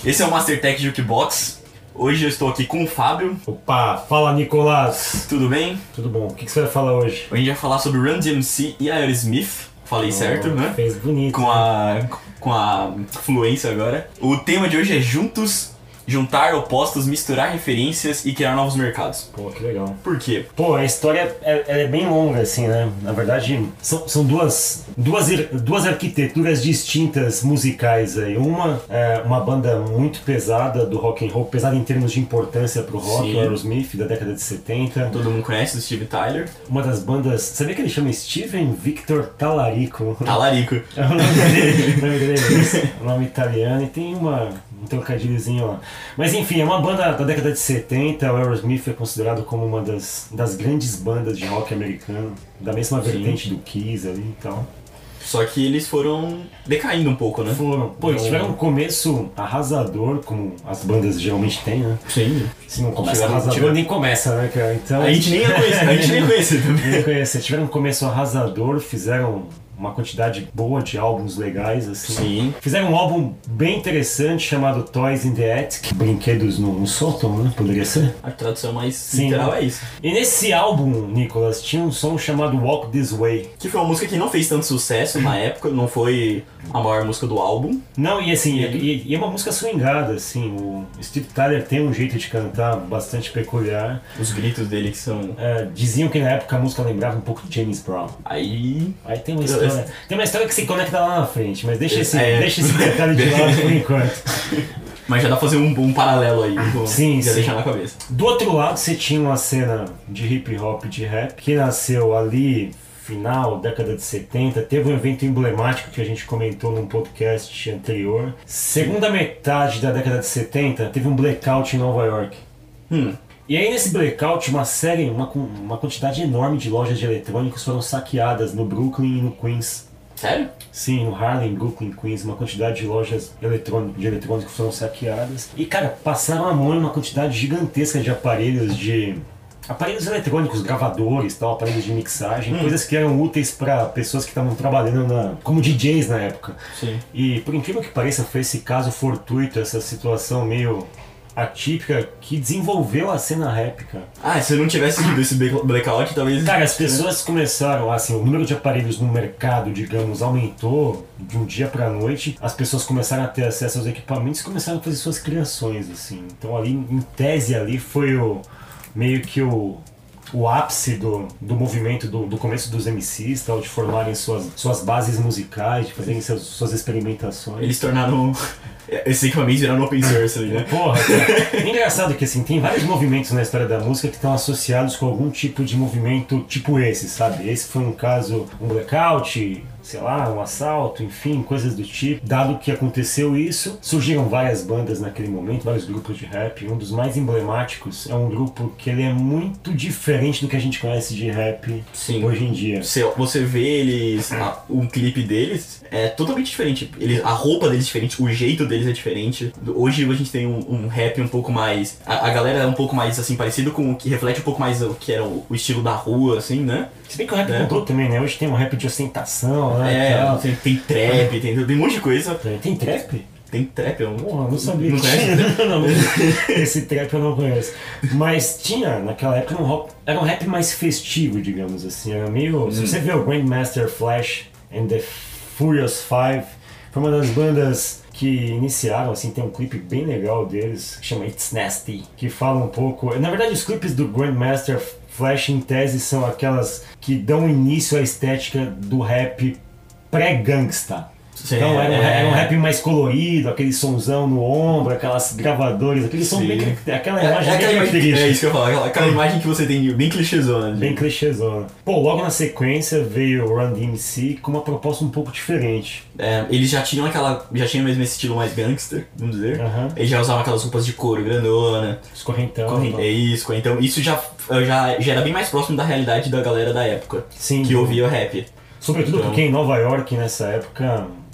Esse é o Mastertech Jukebox. Hoje eu estou aqui com o Fábio. Opa, fala Nicolás. Tudo bem? Tudo bom, o que você vai falar hoje? Hoje a gente vai falar sobre Run DMC e Aerosmith. Falei certo, né? Fez bonito. Com a fluência agora. O tema de hoje é Juntos, juntar opostos, misturar referências e criar novos mercados. Pô, que legal. Por quê? Pô, a história é bem longa, assim, né? Na verdade, são duas arquiteturas distintas musicais aí. Uma é uma banda muito pesada do rock and roll, pesada em termos de importância pro rock, o Aerosmith, da década de 70. Todo mundo conhece o Steve Tyler. Uma das bandas... Sabia que ele chama Steven Victor Talarico? Talarico. É o nome dele é esse. O nome italiano. E tem um trocadilhozinho lá. Mas enfim, é uma banda da década de 70. O Aerosmith é considerado como uma das grandes bandas de rock americano, da mesma vertente do Kiss ali e tal. Só que eles foram decaindo um pouco, né? Foram. Pô, eles tiveram um começo arrasador, como as bandas geralmente têm, né? Sim. Se não começa arrasador, nem começa, né, cara? Então, a gente nem ia conhecer também. Nem conhecer. Tiveram um começo arrasador, fizeram uma quantidade boa de álbuns legais, assim. Sim. Fizeram um álbum bem interessante chamado Toys in the Attic, brinquedos no sótão, né? Poderia ser? A tradução mais literal é isso. E nesse álbum, Nicolas, tinha um som chamado Walk This Way. Que foi uma música que não fez tanto sucesso na época, não foi a maior música do álbum. Não, e assim, e é uma música swingada, assim. O Steve Tyler tem um jeito de cantar bastante peculiar. Os gritos dele que são... diziam que na época a música lembrava um pouco de James Brown. Aí tem uma história. Tem uma história que se conecta lá na frente, mas deixa esse detalhe de lado por enquanto. Mas já dá pra fazer um paralelo aí, sim. deixar na cabeça. Do outro lado você tinha uma cena de hip hop, de rap, que nasceu ali, final, década de 70, teve um evento emblemático que a gente comentou num podcast anterior. Segunda metade da década de 70, teve um blackout em Nova York. E aí nesse blackout, uma quantidade enorme de lojas de eletrônicos foram saqueadas no Brooklyn e no Queens. Sério? Sim, no Harlem, Brooklyn, Queens, uma quantidade de lojas de eletrônicos foram saqueadas. E cara, passaram a mão em uma quantidade gigantesca de aparelhos eletrônicos, gravadores, tal, aparelhos de mixagem, coisas que eram úteis para pessoas que estavam trabalhando como DJs na época. Sim. E por incrível que pareça, foi esse caso fortuito, essa situação meio atípica que desenvolveu a cena rap, cara. Se eu não tivesse tido esse blackout, talvez... Cara, as pessoas começaram, assim, o número de aparelhos no mercado, digamos, aumentou de um dia pra noite. As pessoas começaram a ter acesso aos equipamentos e começaram a fazer suas criações, assim. Então ali, em tese, ali foi meio que o ápice do movimento, do começo dos MCs, tal, de formarem suas bases musicais, de fazerem suas experimentações. Eles tornaram... Esses equipamentos viraram open source ali, né? Porra, cara. É engraçado que assim, tem vários movimentos na história da música que estão associados com algum tipo de movimento tipo esse, sabe? Esse foi um caso, um blackout, sei lá, um assalto, enfim, coisas do tipo. Dado que aconteceu isso, surgiram várias bandas naquele momento, vários grupos de rap. Um dos mais emblemáticos é um grupo que ele é muito diferente do que a gente conhece de rap hoje em dia. Você vê eles, um clipe deles é totalmente diferente. A roupa deles é diferente, o jeito deles é diferente. Hoje a gente tem um rap um pouco mais... A galera é um pouco mais, assim, parecido com o que reflete um pouco mais o que era o estilo da rua, assim, né? Se bem que o rap mudou também, né? Hoje tem um rap de ostentação, né? Tem trap, tem um monte de coisa. Tem trap? Tem trap, eu não sabia. Não conhece? Não, esse trap eu não conheço. Mas tinha, naquela época, era um rap mais festivo, digamos assim. Era meio... Se você vê o Grandmaster Flash and the Furious Five, foi uma das bandas que iniciaram, assim, tem um clipe bem legal deles, que chama It's Nasty, que fala um pouco... Na verdade, os clipes do Grandmaster Flash, em tese, são aquelas que dão início à estética do rap pré-gangsta. Então era um rap mais colorido, aquele sonzão no ombro, aquelas gravadores, aquele som bem... Aquela imagem bem característica. É isso que eu falo, aquela imagem que você tem bem clichêzona. Bem clichêzona. Pô, logo na sequência veio o Run DMC com uma proposta um pouco diferente. Eles já tinham mesmo esse estilo mais gangster, vamos dizer. Eles já usavam aquelas roupas de couro grandona. Os correntão. É isso, então isso já era bem mais próximo da realidade da galera da época. Sim. Que ouvia o rap. Sobretudo porque em Nova York, nessa época...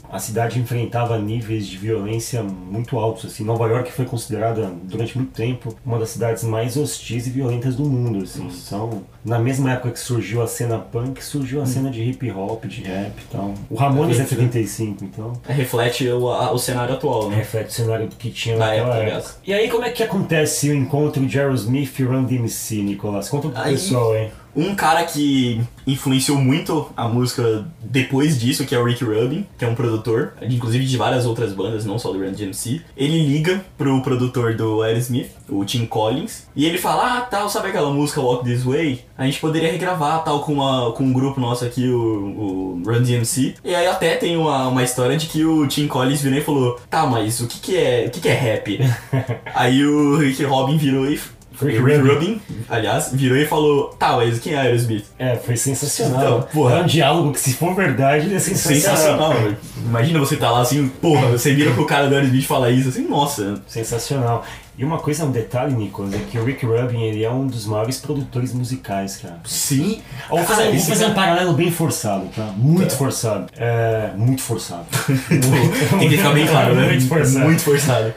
a cidade enfrentava níveis de violência muito altos, assim. Nova York foi considerada, durante muito tempo, uma das cidades mais hostis e violentas do mundo, assim. Então, na mesma época que surgiu a cena punk, surgiu a cena de hip hop, de rap e tal. O Ramones é 75, então... Reflete o cenário atual, né? Reflete o cenário que tinha Na naquela época, época. aliás. E aí, como é que acontece o encontro de Aerosmith e Run DMC, Nicolas? Conta pro pessoal, hein? Um cara que influenciou muito a música depois disso, que é o Rick Rubin, que é um produtor, inclusive de várias outras bandas, não só do Run DMC. Ele liga pro produtor do Aerosmith, o Tim Collins, e ele fala, tal, sabe aquela música Walk This Way? A gente poderia regravar, tal, com um grupo nosso aqui, o Run DMC. E aí até tem uma história de que o Tim Collins virou e falou, tá, mas o que é rap? Aí o Rick Rubin virou e... Rick Rubin, aliás, virou e falou, tá, mas quem é Aerosmith? Foi sensacional. Então, porra. É um diálogo que, se for verdade, ele é sensacional. Velho. Imagina você tá lá assim, porra, você vira pro cara do Aerosmith e fala isso, assim, nossa. Sensacional. E uma coisa, um detalhe, Nicolas, é que o Rick Rubin, ele é um dos maiores produtores musicais, cara. Sim. Vou fazer um paralelo bem forçado, tá? Muito forçado. Muito forçado. Tem que ficar bem claro, né? Muito forçado. Muito forçado.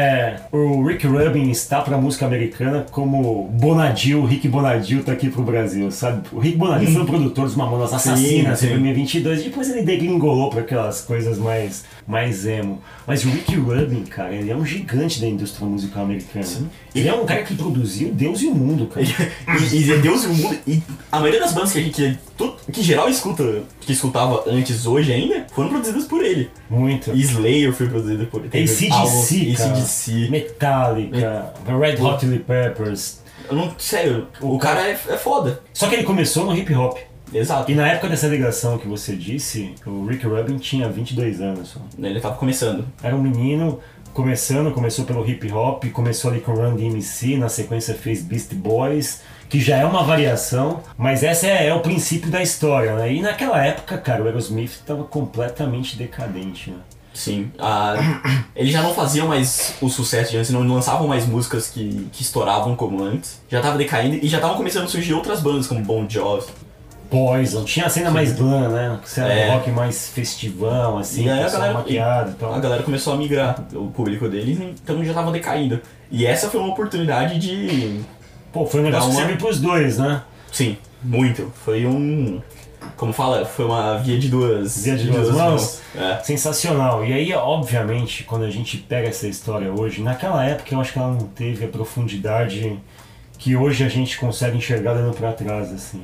O Rick Rubin está pra música americana como Bonadil, Rick Bonadil tá aqui pro Brasil, sabe? O Rick Bonadil foi o produtor dos Mamonas Assassinas em 2022, depois ele degringolou pra aquelas coisas mais emo. Mas o Rick Rubin, cara, ele é um gigante da indústria musical americana. Sim. Ele é um cara que produziu Deus e o Mundo, cara. E Deus e o Mundo, e a maioria das bandas que geral que escutava antes, hoje ainda, foram produzidas por ele. Muito. E Slayer foi produzido por ele. AC/DC, Metallica, Red Hot Chili Peppers. Sério, o cara é foda. Só que ele começou no hip hop. Exato. E na época dessa ligação que você disse, o Rick Rubin tinha 22 anos só. Ele tava começando. Era um menino começou pelo hip hop, começou ali com Run DMC, na sequência fez Beastie Boys, que já é uma variação, mas essa é o princípio da história, né? E naquela época, cara, o Aerosmith estava completamente decadente, né? Sim, eles já não faziam mais o sucesso de antes, não lançavam mais músicas que estouravam como antes, já tava decaindo e já estavam começando a surgir outras bandas como Bon Jovi. Poison, tinha a cena mais glam, né? Cena rock mais festivão, assim, pessoal maquiado e tal. A galera começou a migrar, o público deles, então já tava decaindo. E essa foi uma oportunidade de... foi um negócio que serviu pros dois, né? Sim, muito. Foi como fala, foi uma via de duas mãos. Sensacional. E aí, obviamente, quando a gente pega essa história hoje, naquela época eu acho que ela não teve a profundidade que hoje a gente consegue enxergar dando pra trás, assim.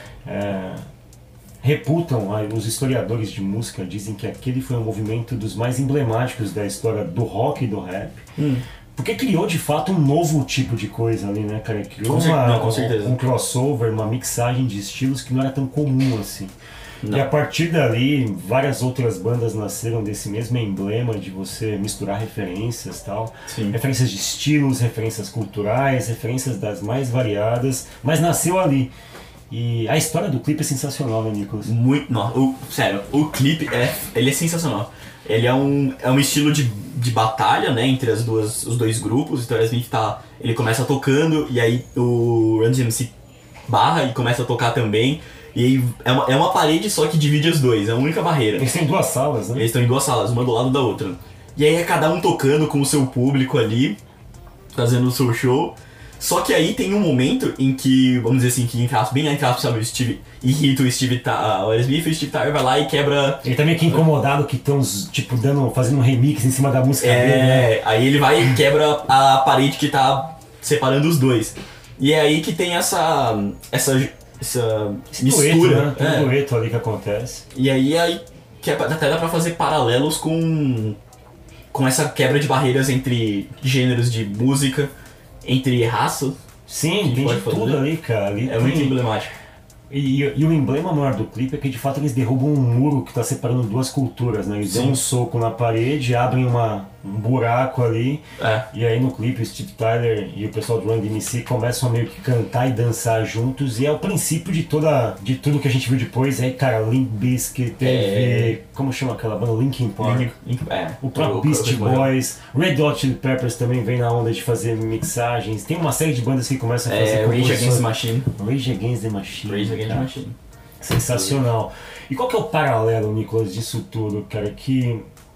Reputam, os historiadores de música dizem que aquele foi um movimento dos mais emblemáticos da história do rock e do rap. Porque criou de fato um novo tipo de coisa ali, né, cara? Criou um crossover, uma mixagem de estilos que não era tão comum assim. Não. E a partir dali, várias outras bandas nasceram desse mesmo emblema de você misturar referências e tal. Sim. Referências de estilos, referências culturais, referências das mais variadas, mas nasceu ali. E a história do clipe é sensacional, né, Nicolas? Sério, o clipe ele é sensacional. Ele é um estilo de batalha, né, entre os dois grupos. Então o Aerosmith ele começa tocando e aí o Run DMC barra e começa a tocar também. E aí é uma parede só que divide os dois, é a única barreira. Eles têm duas salas, né? Eles estão em duas salas, uma do lado da outra. E aí é cada um tocando com o seu público ali, fazendo o seu show. Só que aí tem um momento em que, vamos dizer assim, que bem entre aspas, sabe, o Steve irrita o Aerosmith, e o Steve Tyler vai lá e quebra... Ele tá meio que incomodado que estão, tipo, fazendo um remix em cima da música dele, né? Aí ele vai e quebra a parede que tá separando os dois. E é aí que tem essa mistura, dueto, né? Tem um dueto ali que acontece. E aí até dá pra fazer paralelos com essa quebra de barreiras entre gêneros de música, entre raça. Sim, tem de tudo ali, cara. Ali muito emblemático. E o emblema maior do clipe é que de fato eles derrubam um muro que está separando duas culturas, né? Eles dão um soco na parede, abrem um buraco ali, e aí no clipe o Steve Tyler e o pessoal do Run DMC começam a meio que cantar e dançar juntos, e é o princípio de tudo que a gente viu depois. Aí, cara, Limp Bizkit, teve... Como chama aquela banda? Linkin Park. O próprio Beastie Boys, Red Hot Chili Peppers também vem na onda de fazer mixagens. Tem uma série de bandas que começam a fazer Rage Against the Machine. Rage Against the Machine. Rage Against the Machine. Sensacional. E qual que é o paralelo, Nicolas, disso tudo, cara? Que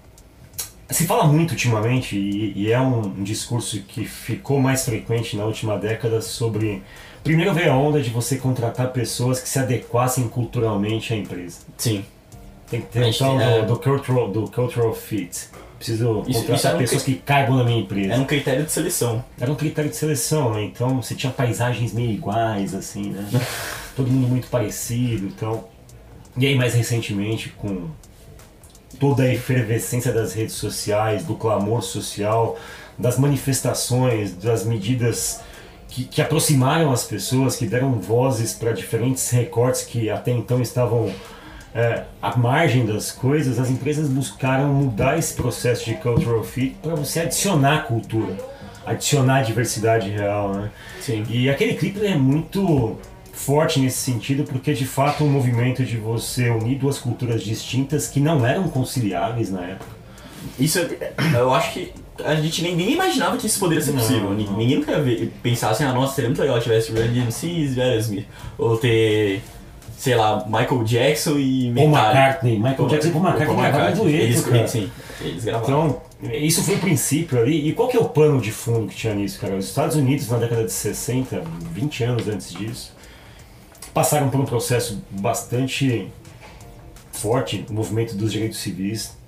se fala muito ultimamente, e é um discurso que ficou mais frequente na última década sobre... Primeiro veio a onda de você contratar pessoas que se adequassem culturalmente à empresa. Sim. Tem que ter então do cultural fit. Preciso contratar pessoas que caibam na minha empresa. Era um critério de seleção. Era um critério de seleção, né? Então você tinha paisagens meio iguais, assim, né? Todo mundo muito parecido, então... E aí mais recentemente, com toda a efervescência das redes sociais, do clamor social, das manifestações, das medidas que aproximaram as pessoas, que deram vozes para diferentes recortes que até então estavam à margem das coisas, as empresas buscaram mudar esse processo de cultural fit para você adicionar cultura, adicionar diversidade real, né? Sim. E aquele clipe é muito forte nesse sentido, porque de fato um movimento de você unir duas culturas distintas que não eram conciliáveis na época. Isso, eu acho que a gente nem imaginava que isso poderia ser possível. Ninguém nunca pensava assim, nossa, seria muito legal se tivesse Run DMC e Aerosmith. Ou ter, sei lá, Michael Jackson e Paul McCartney. Michael Jackson e Paul McCartney gravaram dueto, cara. Sim, eles gravaram. Então, isso foi o princípio ali. E qual que é o pano de fundo que tinha nisso, cara? Os Estados Unidos, na década de 60, 20 anos antes disso, passaram por um processo bastante forte, o movimento dos direitos civis,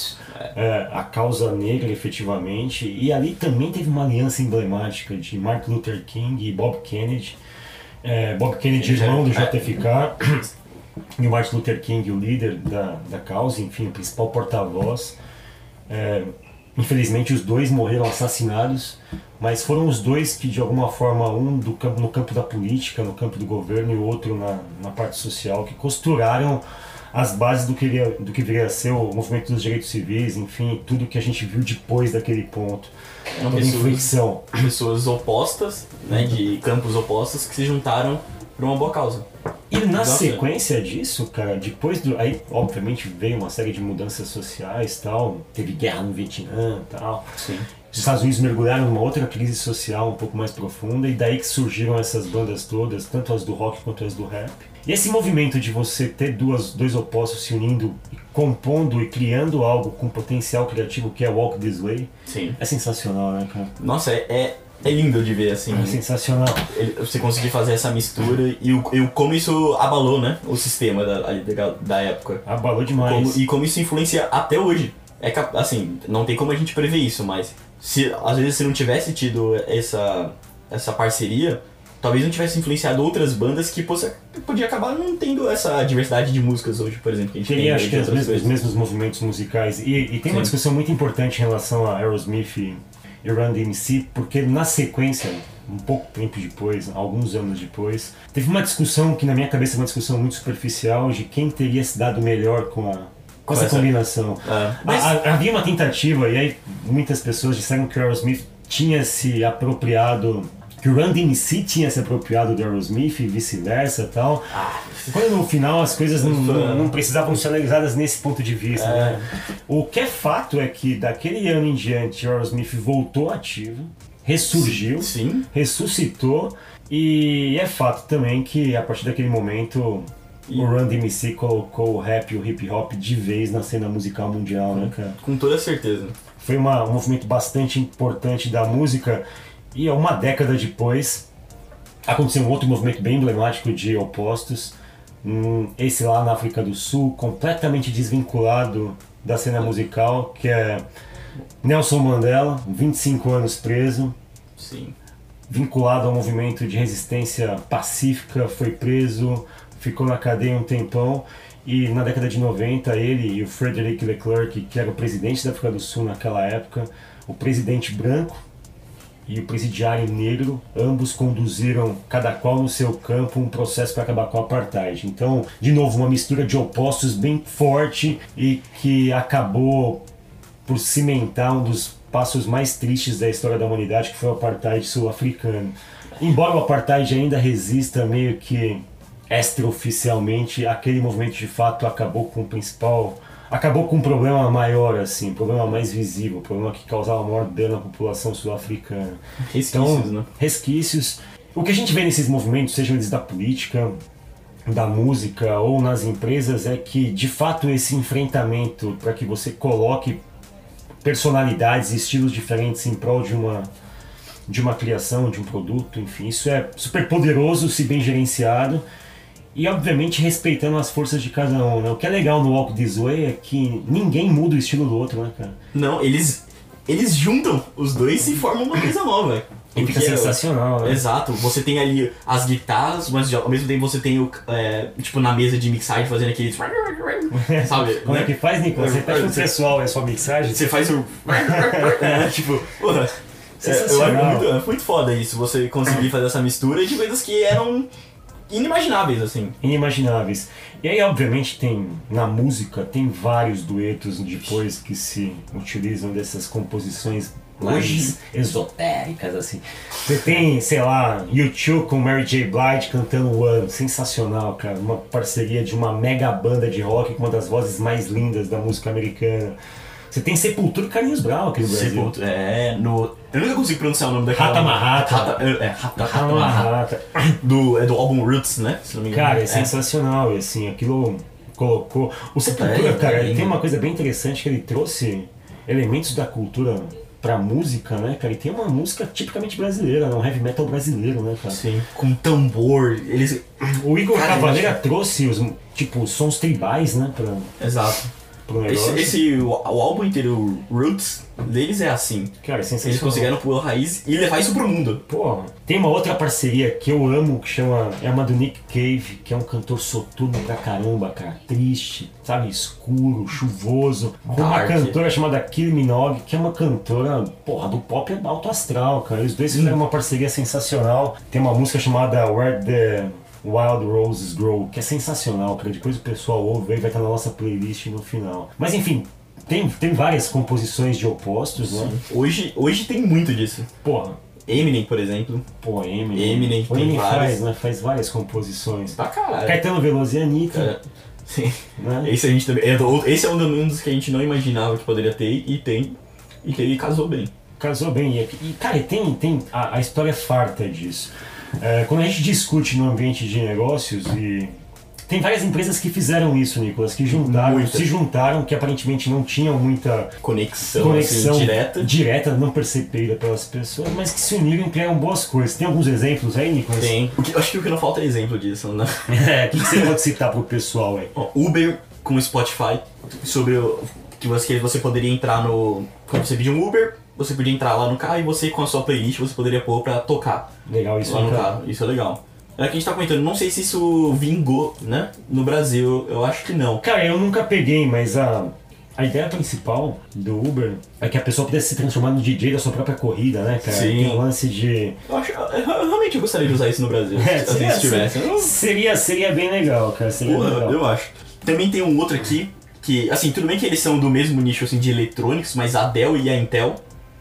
a causa negra efetivamente, e ali também teve uma aliança emblemática de Martin Luther King e Bob Kennedy. Bob Kennedy, irmão do JFK, e o Martin Luther King, o líder da causa, enfim, o principal porta-voz. Infelizmente os dois morreram assassinados, mas foram os dois que de alguma forma, um no campo da política, no campo do governo, e o outro na parte social, que costuraram as bases do que viria a ser o movimento dos direitos civis, enfim, tudo que a gente viu depois daquele ponto. Toda inflexão. Pessoas opostas, né, de campos opostos, que se juntaram por uma boa causa. E na sequência disso, cara, aí obviamente veio uma série de mudanças sociais, tal, teve guerra no Vietnã, tal. Sim. Os Estados Unidos mergulharam numa outra crise social um pouco mais profunda, e daí que surgiram essas bandas todas, tanto as do rock quanto as do rap. E esse movimento de você ter dois opostos se unindo, compondo e criando algo com potencial criativo, que é Walk This Way, sim, é sensacional, né, cara? Nossa, é lindo de ver, assim. É sensacional. Você conseguir fazer essa mistura e como isso abalou, né, o sistema da época. Abalou demais. E como isso influencia até hoje. Assim, não tem como a gente prever isso, mas às vezes se não tivesse tido essa parceria, talvez não tivesse influenciado outras bandas que podia acabar não tendo essa diversidade de músicas hoje, por exemplo, que a gente Teria, tem. acho que os mesmos movimentos musicais. E tem uma discussão muito importante em relação a Aerosmith e Run DMC, porque na sequência, um pouco tempo depois, alguns anos depois, teve uma discussão que na minha cabeça é uma discussão muito superficial de quem teria se dado melhor com essa combinação. Havia uma tentativa, e aí muitas pessoas disseram que o Aerosmith tinha se apropriado, que o Run DMC tinha se apropriado do Aerosmith e vice-versa e tal. Quando no final as coisas não precisavam ser analisadas nesse ponto de vista, né? O que é fato é que daquele ano em diante o Aerosmith voltou ativo, ressurgiu, Sim. ressuscitou, e é fato também que a partir daquele momento o Run DMC colocou o rap e o hip hop de vez na cena musical mundial, né, cara? Com toda certeza. Foi um movimento bastante importante da música. E uma década depois, aconteceu um outro movimento bem emblemático de opostos, esse lá na África do Sul, completamente desvinculado da cena musical, que é Nelson Mandela, 25 anos preso, Sim. vinculado ao movimento de resistência pacífica, foi preso, ficou na cadeia um tempão, e na década de 90 ele e o Frederick Leclerc, que era o presidente da África do Sul naquela época, o presidente branco e o presidiário negro, ambos conduziram, cada qual no seu campo, um processo para acabar com o apartheid. Então, de novo, uma mistura de opostos bem forte e que acabou por cimentar um dos passos mais tristes da história da humanidade, que foi o apartheid sul-africano. Embora o apartheid ainda resista meio que extraoficialmente, aquele movimento de fato acabou com um problema maior, assim, um problema mais visível, um problema que causava maior dano à população sul-africana. Resquícios, então, né? Resquícios. O que a gente vê nesses movimentos, sejam eles da política, da música ou nas empresas é que, de fato, esse enfrentamento para que você coloque personalidades e estilos diferentes em prol de uma criação, de um produto, enfim, isso é super poderoso se bem gerenciado e, obviamente, respeitando as forças de cada um, né? O que é legal no Walk This Way é que ninguém muda o estilo do outro, né, cara? Não, eles juntam os dois e formam uma coisa nova. E fica sensacional, né? Exato, você tem ali as guitarras, mas ao mesmo tempo você tem o, tipo, na mesa de mixagem fazendo aquele... Sabe? Como é que faz, Nicolas? Você pede pro pessoal a sua mixagem? Você faz o... tipo, porra... Sensacional. É muito foda isso, você conseguir fazer essa mistura de coisas que eram inimagináveis, assim. Inimagináveis. E aí, obviamente, na música, tem vários duetos depois que se utilizam dessas composições mais esotéricas, assim. Você tem, sei lá, U2 com Mary J. Blige cantando One, sensacional, cara. Uma parceria de uma mega banda de rock com uma das vozes mais lindas da música americana. Você tem Sepultura e Carlinhos Brown aqui no Brasil. Sepultura, eu nunca consigo pronunciar o nome daquela... Rata Marrata. Rata Marrata. Do álbum Roots, né? Se não me engano. Cara, é sensacional, e assim, aquilo colocou... O Sepultura, cara, ele tem uma coisa bem interessante, que ele trouxe elementos da cultura pra música, né, cara? E tem uma música tipicamente brasileira, né? Um heavy metal brasileiro, né, cara? Sim, com tambor, O Igor Cavaleira trouxe os sons tribais, né, Exato. O álbum inteiro, Roots, deles é assim. Cara, é sensacional. Eles conseguiram pular a raiz e levar isso pro mundo. Pô, tem uma outra parceria que eu amo, que é uma do Nick Cave, que é um cantor soturno pra caramba, cara. Triste, sabe? Escuro, chuvoso. Com uma cantora chamada Kylie Minogue, que é uma cantora, porra, do pop alto astral, cara. Os dois fizeram uma parceria sensacional. Tem uma música chamada Where the Wild Roses Grow, que é sensacional, cara. Depois o pessoal ouve e vai estar na nossa playlist no final. Mas enfim, tem várias composições de opostos, né? Hoje tem muito disso. Porra. Eminem, por exemplo. Pô, Eminem tem várias. Faz várias composições. Pra caralho. Caetano Veloso e Anitta. Sim. Né? Esse é um dos que a gente não imaginava que poderia ter e tem. E que ele casou bem. Casou bem. E cara, a história é farta disso. Quando a gente discute no ambiente de negócios, e tem várias empresas que fizeram isso, Nicolas, que se juntaram, que aparentemente não tinham muita conexão assim, direta, não percebida pelas pessoas, mas que se uniram e criaram boas coisas. Tem alguns exemplos aí, Nicolas? Tem. Acho que o que não falta é exemplo disso, né? O que você pode citar pro pessoal aí? Uber com Spotify, sobre que você poderia entrar no... Quando você pedir um Uber, você podia entrar lá no carro e você, com a sua playlist, você poderia pôr pra tocar. Legal isso lá no carro. Isso é legal. É o que a gente tá comentando, não sei se isso vingou, né? No Brasil, eu acho que não. Cara, eu nunca peguei, mas a ideia principal do Uber é que a pessoa pudesse se transformar no DJ da sua própria corrida, né, cara? Sim. Tem um lance de... Realmente eu gostaria de usar isso no Brasil, se tivesse. Seria bem legal, cara. Seria bem legal. Eu acho. Também tem um outro aqui, que, assim, tudo bem que eles são do mesmo nicho, assim, de eletrônicos, mas a Dell e a Intel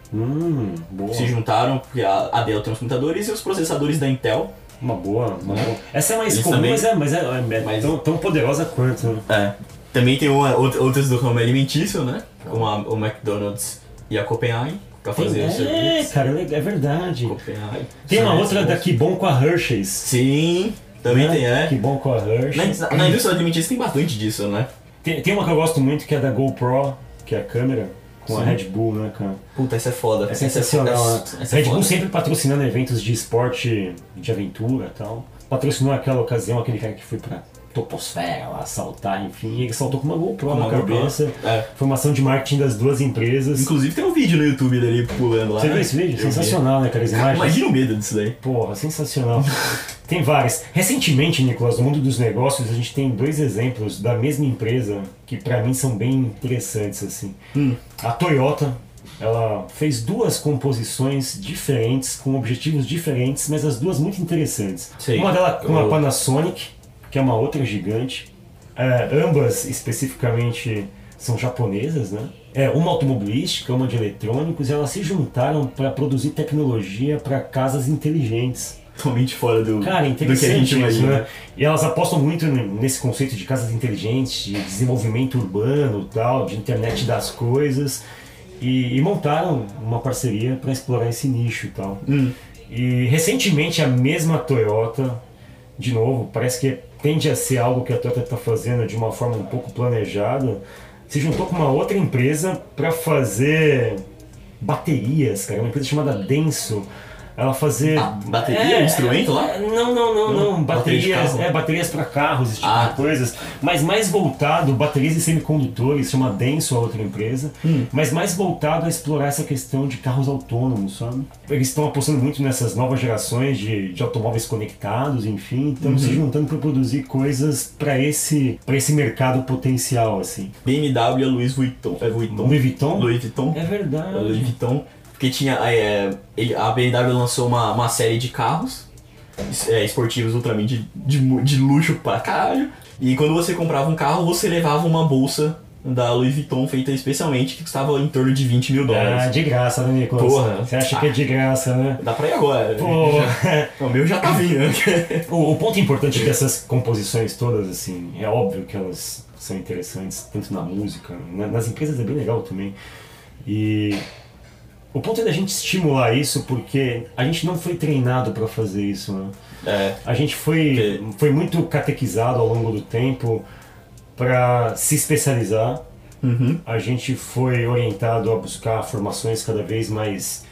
boa. Se juntaram, porque a Dell tem os computadores e os processadores da Intel. Uma boa. Essa é mais comum, mas é tão poderosa quanto, né? Também tem outras do ramo alimentício, né? Como o McDonald's e a Copenhagen, pra fazer os serviços. Cara, é verdade. Copenhagen. Tem uma outra da Que Bom com a Hershey's. Sim, também tem, Que Bom com a Hershey's. Na indústria alimentícia tem bastante disso, né? Tem uma que eu gosto muito, que é da GoPro, que é a câmera. Com a Red Bull, né, cara? Puta, essa é foda. É sensacional. Red Bull sempre patrocinando eventos de esporte, de aventura e tal. Patrocinou aquela ocasião, aquele cara que foi pra Toposfera lá, saltar, enfim. E ele saltou com uma GoPro na cabeça. Foi uma ação de marketing das duas empresas. Inclusive tem um vídeo no YouTube dele pulando lá. Você viu esse vídeo? Sensacional, né, cara? As imagens. Imagina o medo disso daí. Porra, sensacional. Tem várias. Recentemente, Nicolas, no mundo dos negócios, a gente tem dois exemplos da mesma empresa que pra mim são bem interessantes, assim. A Toyota, ela fez duas composições diferentes, com objetivos diferentes, mas as duas muito interessantes. Sim. Uma delas com a Panasonic, que é uma outra gigante. Ambas, especificamente, são japonesas, né? Uma automobilística, uma de eletrônicos, e elas se juntaram para produzir tecnologia para casas inteligentes. Totalmente fora do que a gente imagina. Né? E elas apostam muito nesse conceito de casas inteligentes, de desenvolvimento urbano, tal, de internet das coisas, e montaram uma parceria para explorar esse nicho e tal. E recentemente a mesma Toyota de novo, parece que tende a ser algo que a Toyota está fazendo de uma forma um pouco planejada, se juntou com uma outra empresa para fazer baterias, cara, uma empresa chamada Denso. Ela fazer... bateria, instrumento lá? Não. Baterias para carros, esse tipo de coisas. Mas mais voltado, baterias e semicondutores, chama Denso, a outra empresa. Mas mais voltado a explorar essa questão de carros autônomos, sabe? Eles estão apostando muito nessas novas gerações de automóveis conectados, enfim. Estão se juntando para produzir coisas para esse mercado potencial, assim. BMW e Louis Vuitton. Louis Vuitton? Louis Vuitton. É verdade. Louis Vuitton. Porque tinha. A BMW lançou uma série de carros esportivos ultramente de luxo pra caralho. E quando você comprava um carro, você levava uma bolsa da Louis Vuitton feita especialmente, que custava em torno de $20 mil. De graça, né, Nicolas? Porra. Você acha que é de graça, né? Dá pra ir agora. O meu já tá vindo. O ponto importante dessas composições todas, assim, é óbvio que elas são interessantes, tanto na música, nas empresas é bem legal também. E o ponto é da gente estimular isso, porque a gente não foi treinado para fazer isso, né? A gente foi muito catequizado ao longo do tempo para se especializar. A gente foi orientado a buscar formações cada vez mais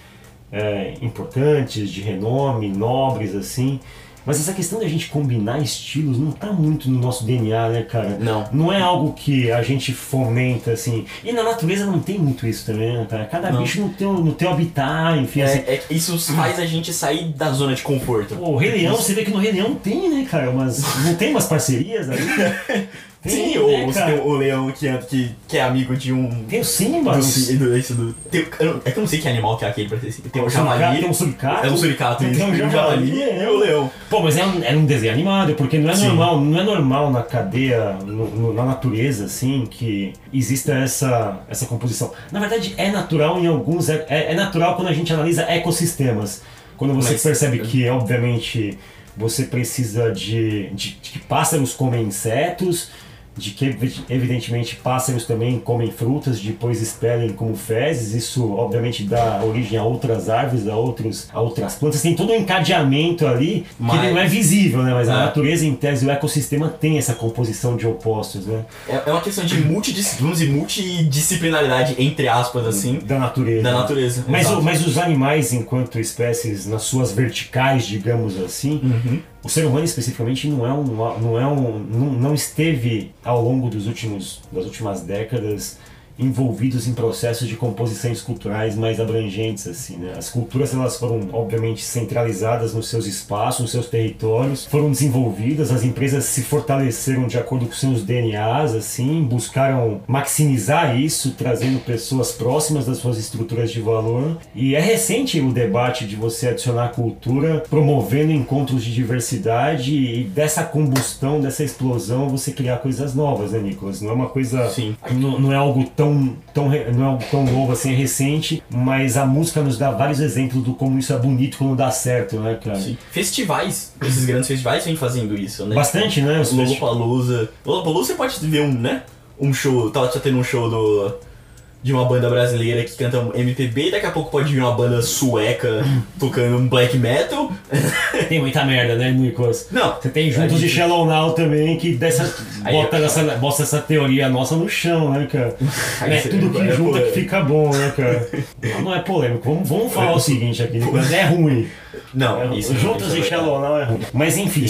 importantes, de renome, nobres, assim. Mas essa questão da gente combinar estilos não tá muito no nosso DNA, né, cara? Não é algo que a gente fomenta, assim. E na natureza não tem muito isso também, né, cara? Cada bicho no teu habitat, enfim. Assim. Isso faz a gente sair da zona de conforto. O Rei Leão, você vê que no Rei Leão tem, né, cara? Não tem umas parcerias ali? Sim, ou você tem o leão que é amigo de um... Tem o Simba. É que eu não sei que animal que é aquele pra ser assim. Tem o javali. Tem um suricato. É um suricato, tem um javali e o leão. Pô, mas é um desenho animado, porque não é normal na cadeia, na natureza, assim, que exista essa composição. Na verdade, é natural em alguns... É natural quando a gente analisa ecossistemas. Quando você percebe que, obviamente, você precisa de que pássaros comem insetos, de que evidentemente pássaros também comem frutas, depois expelem como fezes. Isso obviamente dá origem a outras árvores, a outras plantas. Tem todo um encadeamento ali que ele não é visível, né? Mas a natureza, em tese, o ecossistema tem essa composição de opostos, né? É uma questão de multidisciplinaridade, entre aspas, assim. Da natureza. Mas os animais, enquanto espécies, nas suas verticais, digamos assim, o ser humano especificamente não esteve ao longo das últimas décadas envolvidos em processos de composições culturais mais abrangentes, assim, né? As culturas, elas foram obviamente centralizadas nos seus espaços, nos seus territórios, foram desenvolvidas, as empresas se fortaleceram de acordo com seus DNAs, assim, buscaram maximizar isso, trazendo pessoas próximas das suas estruturas de valor. E é recente o debate de você adicionar cultura, promovendo encontros de diversidade, e dessa combustão, dessa explosão, você criar coisas novas, né, Nicolas? Não é uma coisa... Sim. Não é algo não é algo tão novo assim, é recente, mas a música nos dá vários exemplos do como isso é bonito quando dá certo, né, cara? Sim. Festivais, esses grandes festivais vêm fazendo isso, né? Bastante, né? Lollapalooza você pode ver um show, tá tendo um show de uma banda brasileira que canta um MPB, e daqui a pouco pode vir uma banda sueca tocando um black metal. Tem muita merda, né, Nicolas? Não. Você tem juntos de Shallow Now também, que bota essa teoria nossa no chão, né, cara? É tudo que junta que fica bom, né, cara? Não é polêmico. Vamos falar o seguinte aqui, Nicolas. É ruim. Não, isso juntos de Shallow Now é ruim. Mas enfim,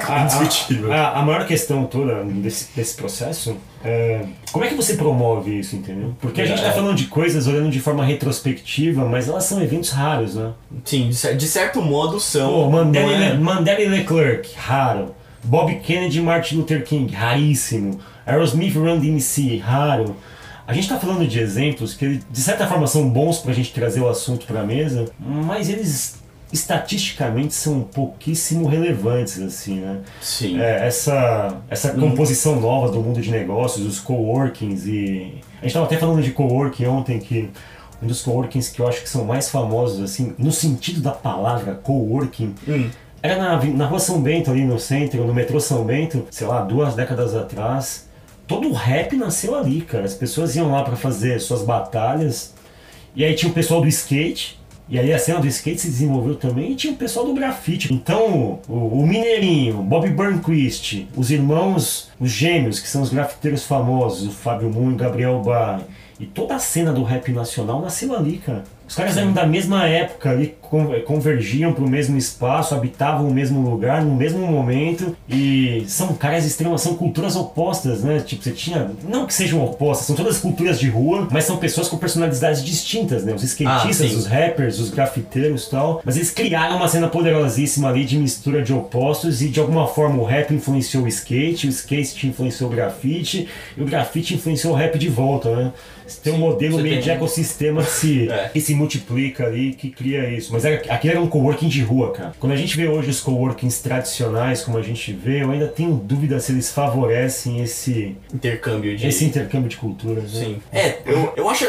a maior questão toda desse processo é como é que você promove isso, entendeu? Porque a gente tá falando de coisas olhando de forma retrospectiva, mas elas são eventos raros, né? Sim, de certo modo são. Pô, Mandela e Leclerc, raro. Bob Kennedy e Martin Luther King, raríssimo. Aerosmith e Run DMC, raro. A gente tá falando de exemplos que de certa forma são bons pra gente trazer o assunto pra mesa, mas eles estatisticamente são pouquíssimo relevantes, assim, né? Sim. Essa composição nova do mundo de negócios, os coworkings, e a gente tava até falando de coworking ontem, que um dos coworkings que eu acho que são mais famosos, assim, no sentido da palavra coworking, era na Rua São Bento, ali no centro, no metrô São Bento, sei lá, 2 décadas atrás. Todo o rap nasceu ali, cara. As pessoas iam lá pra fazer suas batalhas, e aí tinha o pessoal do skate, E aí a cena do skate se desenvolveu também e tinha o pessoal do grafite. Então o Mineirinho, Bob Burnquist, os irmãos, os gêmeos, que são os grafiteiros famosos, o Fábio Moon e o Gabriel Bar, e toda a cena do rap nacional nasceu ali, cara. Os caras eram da mesma época ali, convergiam pro mesmo espaço, habitavam o mesmo lugar, no mesmo momento, e são caras extremos, são culturas opostas, né? Tipo, você tinha, não que sejam opostas, são todas culturas de rua, mas são pessoas com personalidades distintas, né? Os skatistas, os rappers, os grafiteiros e tal, mas eles criaram uma cena poderosíssima ali de mistura de opostos, e de alguma forma o rap influenciou o skate influenciou o grafite, e o grafite influenciou o rap de volta, né? Você tem um modelo meio de ecossistema que se multiplica ali, que cria isso. Mas aquilo era um coworking de rua, cara. Quando a gente vê hoje os coworkings tradicionais, como a gente vê, eu ainda tenho dúvida se eles favorecem esse intercâmbio de culturas. Né? Sim. Eu acho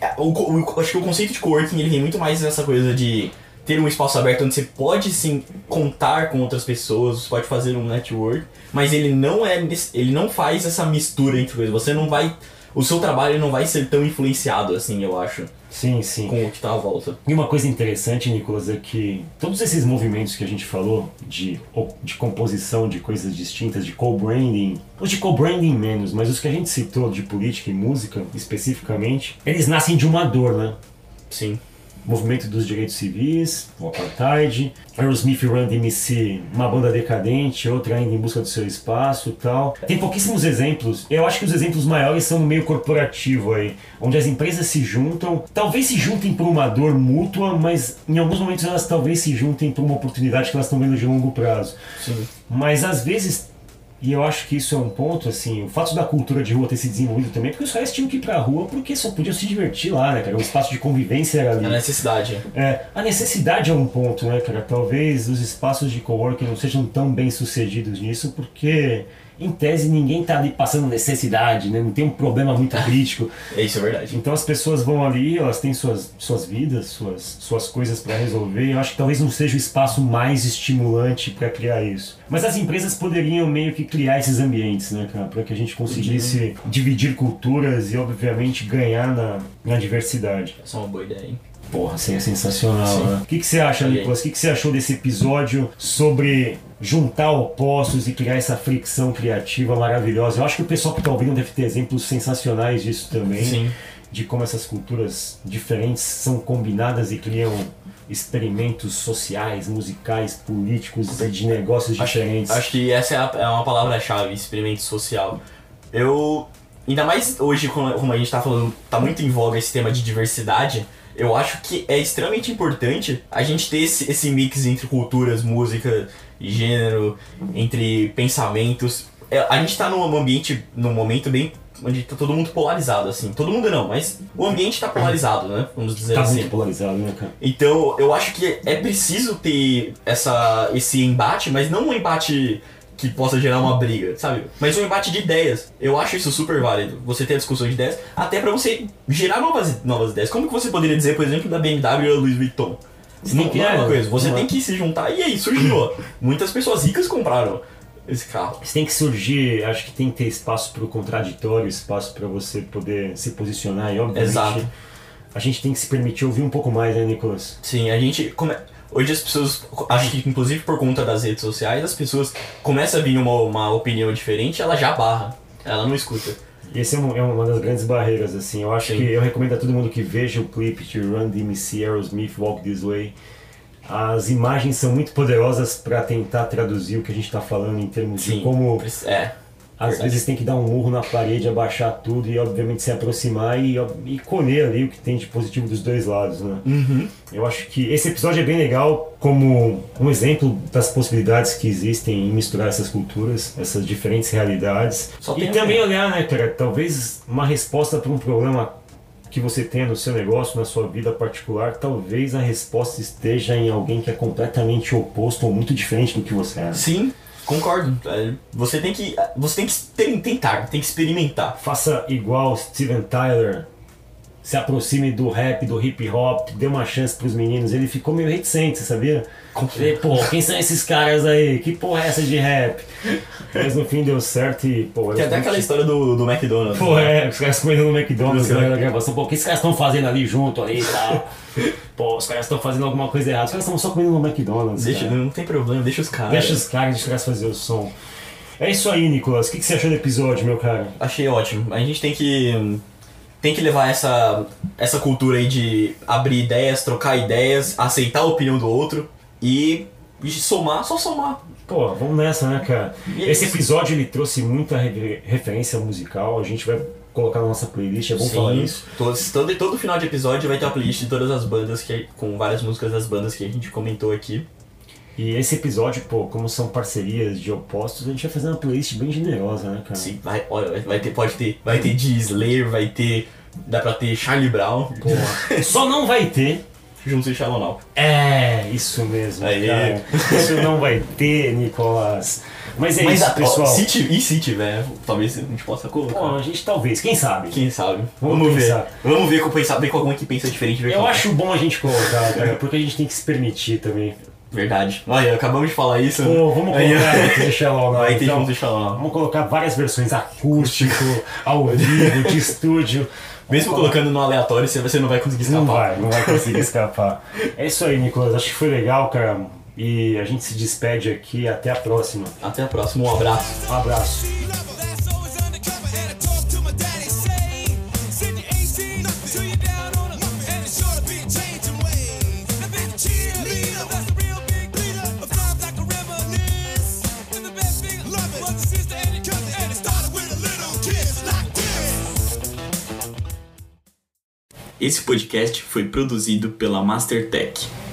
que o conceito de coworking ele vem muito mais nessa coisa de ter um espaço aberto onde você pode sim contar com outras pessoas, pode fazer um network, mas ele não faz essa mistura entre coisas. Você não vai o seu trabalho não vai ser tão influenciado assim, eu acho. Sim, sim. Com o que tá à volta. E uma coisa interessante, Nicolas, é que todos esses movimentos que a gente falou de composição de coisas distintas, de co-branding, ou de co-branding menos, mas os que a gente citou de política e música, especificamente, eles nascem de uma dor, né? Sim. Movimento dos direitos civis, o apartheid, Aerosmith e Run DMC, uma banda decadente, outra ainda em busca do seu espaço e tal. Tem pouquíssimos exemplos. Eu acho que os exemplos maiores são no meio corporativo aí, onde as empresas se juntam, talvez se juntem por uma dor mútua, mas em alguns momentos elas talvez se juntem por uma oportunidade que elas estão vendo de longo prazo. Sim. Mas às vezes, e eu acho que isso é um ponto, assim, o fato da cultura de rua ter se desenvolvido também, porque os caras tinham que ir pra rua porque só podiam se divertir lá, né, cara? O espaço de convivência era ali. A necessidade. A necessidade é um ponto, né, cara? Talvez os espaços de coworking não sejam tão bem sucedidos nisso, porque em tese ninguém tá ali passando necessidade, né? Não tem um problema muito crítico. Isso é verdade. Então as pessoas vão ali, elas têm suas vidas, suas coisas para resolver, e eu acho que talvez não seja o espaço mais estimulante para criar isso. Mas as empresas poderiam meio que criar esses ambientes, né, cara? Para que a gente conseguisse dividir culturas e obviamente ganhar na diversidade. Essa é uma boa ideia, hein? Porra, assim é sensacional, né? O que você acha, Nicolas? O que você achou desse episódio sobre juntar opostos e criar essa fricção criativa maravilhosa? Eu acho que o pessoal que tá ouvindo deve ter exemplos sensacionais disso também. Sim. De como essas culturas diferentes são combinadas e criam experimentos sociais, musicais, políticos e de negócios diferentes. Acho que essa é uma palavra-chave, experimento social. Ainda mais hoje, como a gente tá falando, tá muito em voga esse tema de diversidade. Eu acho que é extremamente importante a gente ter esse mix entre culturas, música e gênero, entre pensamentos. A gente tá num momento bem onde tá todo mundo polarizado, assim. Todo mundo não, mas o ambiente tá polarizado, né? Vamos dizer assim. Tá muito polarizado, né, cara? Então, eu acho que é preciso ter esse embate, mas não um embate que possa gerar uma briga, sabe? Mas um embate de ideias. Eu acho isso super válido. Você ter a discussão de ideias, até pra você gerar novas ideias. Como que você poderia dizer, por exemplo, da BMW ou da Louis Vuitton? Não é uma coisa. Você tem que se juntar e aí surgiu. Muitas pessoas ricas compraram esse carro. Você tem que surgir, acho que tem que ter espaço pro contraditório, espaço pra você poder se posicionar e obviamente Exato. A gente tem que se permitir ouvir um pouco mais, né, Nicolas? Sim, a gente... Hoje as pessoas, acho que inclusive por conta das redes sociais, as pessoas começam a vir uma opinião diferente, ela já barra, ela não escuta. E essa é uma das grandes barreiras, assim. Eu acho que eu recomendo a todo mundo que veja o clipe de Run DMC, Aerosmith, Walk This Way. As imagens são muito poderosas para tentar traduzir o que a gente está falando em termos de como... Às vezes tem que dar um murro na parede, abaixar tudo e obviamente se aproximar e colher ali o que tem de positivo dos dois lados, né? Uhum. Eu acho que esse episódio é bem legal como um exemplo das possibilidades que existem em misturar essas culturas, essas diferentes realidades. E também olhar, né, cara, talvez uma resposta para um problema que você tenha no seu negócio, na sua vida particular, talvez a resposta esteja em alguém que é completamente oposto ou muito diferente do que você é. Sim. Concordo. Você tem que tentar, tem que experimentar. Faça igual Steven Tyler se aproxime do rap, do hip hop, dê uma chance pros meninos. Ele ficou meio reticente, você sabia? Ele, pô, quem são esses caras aí? Que porra é essa de rap? Mas no fim deu certo e, pô... Tem até aquela história do McDonald's. Pô, os caras comendo no McDonald's na gravação. Pô, o que esses caras estão fazendo ali junto ali e tal? Pô, os caras estão fazendo alguma coisa errada. Os caras estão só comendo no McDonald's. Não tem problema, deixa os caras. Deixa os caras fazer o som. É isso aí, Nicolas. O que você achou do episódio, meu cara? Achei ótimo. A gente tem que levar essa cultura aí de abrir ideias, trocar ideias, aceitar a opinião do outro e somar, só somar. Pô, vamos nessa, né, cara? Esse episódio ele trouxe muita referência musical, a gente vai colocar na nossa playlist, é bom falar isso. Todo final de episódio vai ter uma playlist de todas as bandas, com várias músicas das bandas que a gente comentou aqui. E esse episódio, pô, como são parcerias de opostos, a gente vai fazer uma playlist bem generosa, né, cara? Sim, vai ter de Slayer, dá pra ter Charlie Brown. Pô, só não vai ter Juntos e Shallow. É, isso mesmo, cara. Isso não vai ter, Nicolas. Mas isso, pessoal. Se tiver, talvez a gente possa colocar. Pô, a gente talvez, quem sabe? Quem sabe? Vamos ver. Vamos ver com alguém que pensa diferente. Eu acho bom a gente colocar, cara, porque a gente tem que se permitir também. Verdade. Olha, acabamos de falar isso. Pô, vamos colocar Juntos e Shallow. Vai ter Juntos e Shallow. Vamos colocar várias versões acústico, ao vivo, de estúdio. Mesmo colocando no aleatório, você não vai conseguir escapar. Não vai conseguir escapar. É isso aí, Nicolas. Acho que foi legal, cara. E a gente se despede aqui. Até a próxima. Até a próxima. Um abraço. Um abraço. Esse podcast foi produzido pela Mastertech.